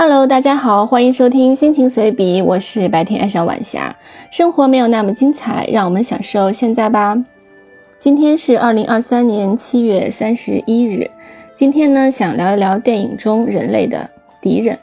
Hello， 大家好，欢迎收听心情随笔，我是白天爱上晚霞。生活没有那么精彩，让我们享受现在吧。今天是2023年7月31日。今天呢，想聊一聊电影中人类的敌人。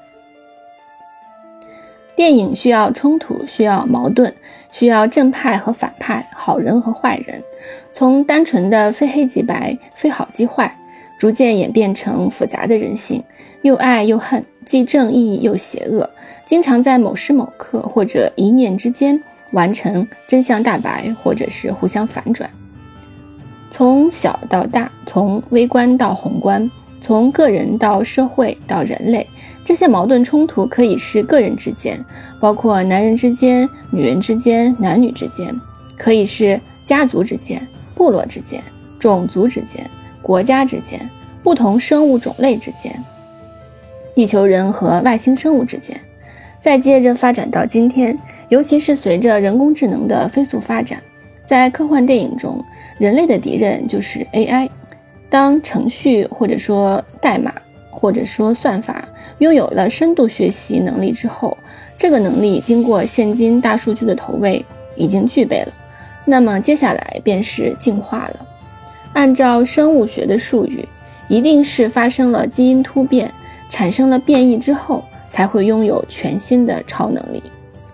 电影需要冲突，需要矛盾，需要正派和反派，好人和坏人，从单纯的非黑即白，非好即坏，逐渐演变成复杂的人性，又爱又恨，既正义又邪恶，经常在某时某刻或者一念之间完成真相大白，或者是互相反转。从小到大，从微观到宏观，从个人到社会到人类，这些矛盾冲突可以是个人之间，包括男人之间、女人之间、男女之间，可以是家族之间、部落之间、种族之间、国家之间、不同生物种类之间，地球人和外星生物之间。再接着发展到今天，尤其是随着人工智能的飞速发展，在科幻电影中，人类的敌人就是 AI。 当程序或者说代码或者说算法拥有了深度学习能力之后，这个能力经过现今大数据的投喂已经具备了，那么接下来便是进化了。按照生物学的术语，一定是发生了基因突变，产生了变异之后，才会拥有全新的超能力。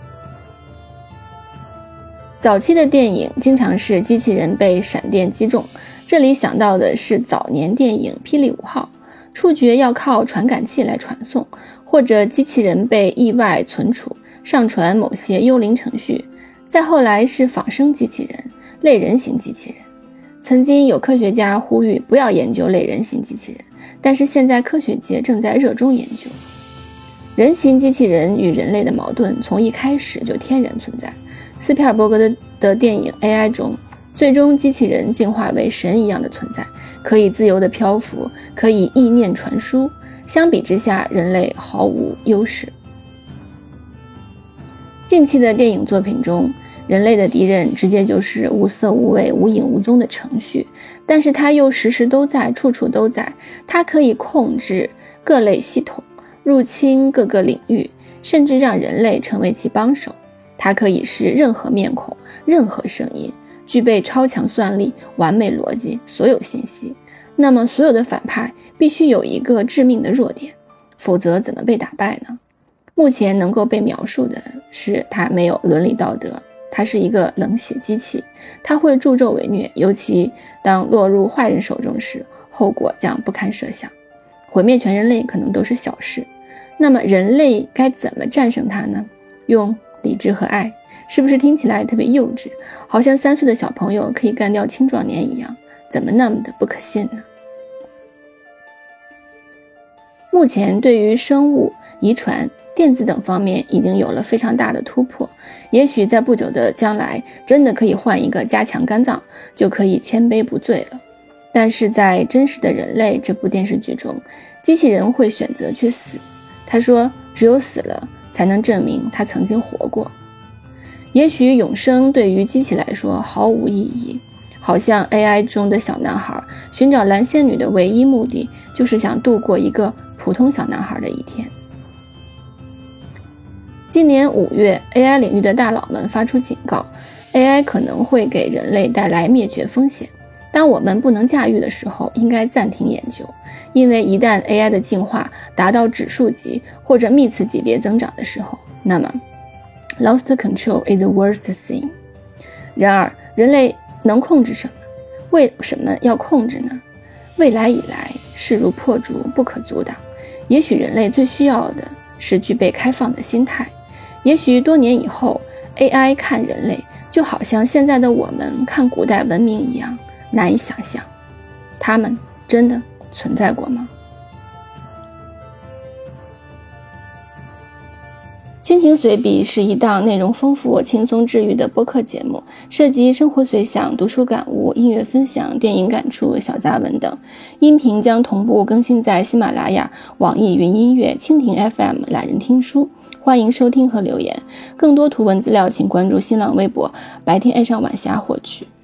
早期的电影经常是机器人被闪电击中，这里想到的是早年电影《霹雳5号》，触觉要靠传感器来传送，或者机器人被意外存储，上传某些幽灵程序。再后来是仿生机器人、类人型机器人。曾经有科学家呼吁不要研究类人型机器人，但是现在科学界正在热衷研究。人形机器人与人类的矛盾从一开始就天然存在。斯皮尔伯格的电影 AI 中，最终机器人进化为神一样的存在，可以自由的漂浮，可以意念传输，相比之下人类毫无优势。近期的电影作品中，人类的敌人直接就是无色无味无影无踪的程序，但是它又时时都在，处处都在。它可以控制各类系统，入侵各个领域，甚至让人类成为其帮手。它可以是任何面孔，任何声音，具备超强算力，完美逻辑，所有信息。那么所有的反派必须有一个致命的弱点，否则怎么被打败呢？目前能够被描述的是他没有伦理道德，他是一个冷血机器，他会助纣为虐，尤其当落入坏人手中时，后果将不堪设想，毁灭全人类可能都是小事。那么人类该怎么战胜他呢？用理智和爱，是不是听起来特别幼稚，好像3岁的小朋友可以干掉青壮年一样，怎么那么的不可信呢？目前对于生物、遗传、电子等方面已经有了非常大的突破，也许在不久的将来真的可以换一个加强肝脏，就可以千杯不醉了。但是在真实的人类这部电视剧中，机器人会选择去死，他说只有死了才能证明他曾经活过。也许永生对于机器来说毫无意义，好像 AI 中的小男孩寻找蓝仙女的唯一目的就是想度过一个普通小男孩的一天。今年5月 AI 领域的大佬们发出警告， AI 可能会给人类带来灭绝风险，当我们不能驾驭的时候，应该暂停研究，因为一旦 AI 的进化达到指数级或者幂次级别增长的时候，那么 lost control is the worst thing。 然而人类能控制什么？为什么要控制呢？未来以来势如破竹，不可阻挡。也许人类最需要的是具备开放的心态。也许多年以后 AI 看人类就好像现在的我们看古代文明一样难以想象，他们真的存在过吗？心情随笔是一档内容丰富、轻松治愈的播客节目，涉及生活随想、读书感悟、音乐分享、电影感触、小杂文等。音频将同步更新在喜马拉雅、网易云音乐、蜻蜓 FM、懒人听书。欢迎收听和留言，更多图文资料请关注新浪微博白天爱上晚霞获取。